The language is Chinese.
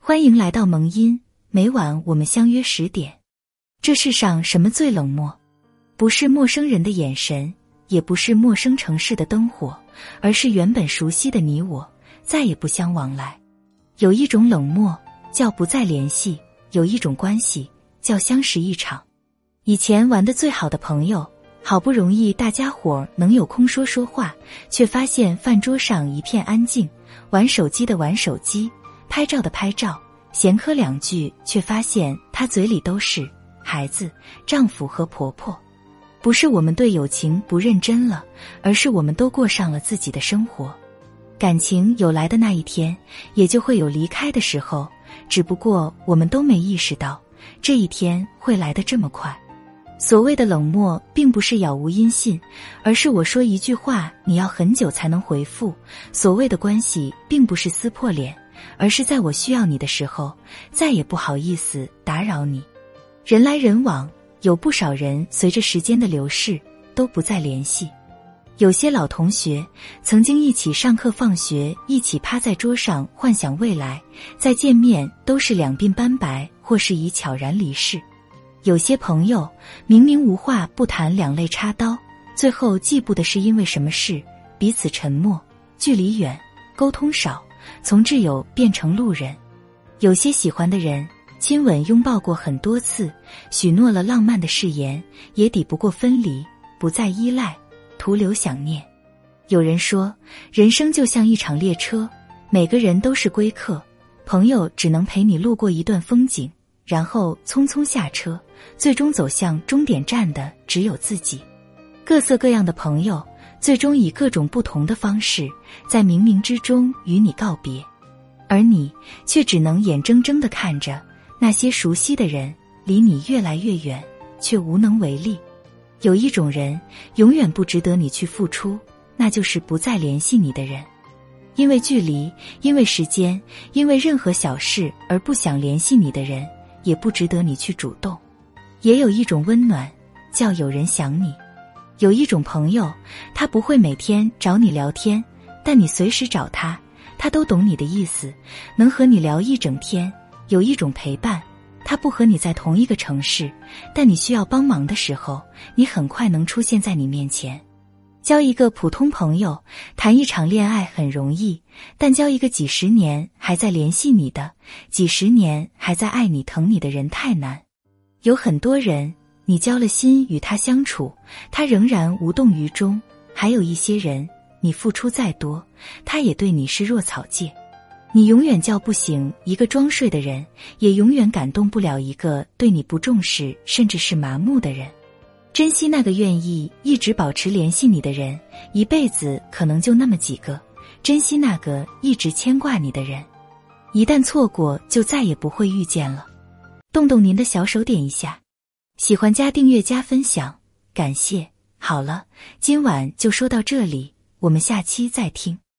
欢迎来到萌音，每晚我们相约10点。这世上什么最冷漠？不是陌生人的眼神，也不是陌生城市的灯火，而是原本熟悉的你我，再也不相往来。有一种冷漠叫不再联系，有一种关系叫相识一场。以前玩得最好的朋友，好不容易大家伙能有空说说话，却发现饭桌上一片安静，玩手机的玩手机，拍照的拍照，闲磕两句，却发现他嘴里都是孩子、丈夫和婆婆。不是我们对友情不认真了，而是我们都过上了自己的生活。感情有来的那一天，也就会有离开的时候，只不过我们都没意识到，这一天会来得这么快。所谓的冷漠并不是杳无音信，而是我说一句话你要很久才能回复。所谓的关系并不是撕破脸，而是在我需要你的时候，再也不好意思打扰你。人来人往，有不少人随着时间的流逝都不再联系。有些老同学曾经一起上课放学，一起趴在桌上幻想未来，再见面都是两鬓斑白，或是已悄然离世。有些朋友明明无话不谈，两肋插刀，最后记不得是因为什么事，彼此沉默，距离远，沟通少，从挚友变成路人。有些喜欢的人亲吻拥抱过很多次，许诺了浪漫的誓言，也抵不过分离，不再依赖，徒留想念。有人说，人生就像一场列车，每个人都是归客，朋友只能陪你路过一段风景，然后匆匆下车，最终走向终点站的只有自己。各色各样的朋友，最终以各种不同的方式，在冥冥之中与你告别，而你却只能眼睁睁地看着那些熟悉的人离你越来越远，却无能为力。有一种人永远不值得你去付出，那就是不再联系你的人。因为距离，因为时间，因为任何小事而不想联系你的人，也不值得你去主动。也有一种温暖，叫有人想你。有一种朋友，他不会每天找你聊天，但你随时找他，他都懂你的意思，能和你聊一整天。有一种陪伴，他不和你在同一个城市，但你需要帮忙的时候，你很快能出现在你面前。交一个普通朋友，谈一场恋爱很容易，但交一个几十年还在联系你的，几十年还在爱你疼你的人太难。有很多人，你交了心与他相处，他仍然无动于衷；还有一些人，你付出再多，他也对你视若草芥。你永远叫不醒一个装睡的人，也永远感动不了一个对你不重视甚至是麻木的人。珍惜那个愿意一直保持联系你的人，一辈子可能就那么几个；珍惜那个一直牵挂你的人，一旦错过就再也不会遇见了。动动您的小手点一下，喜欢加订阅加分享，感谢。好了，今晚就说到这里，我们下期再听。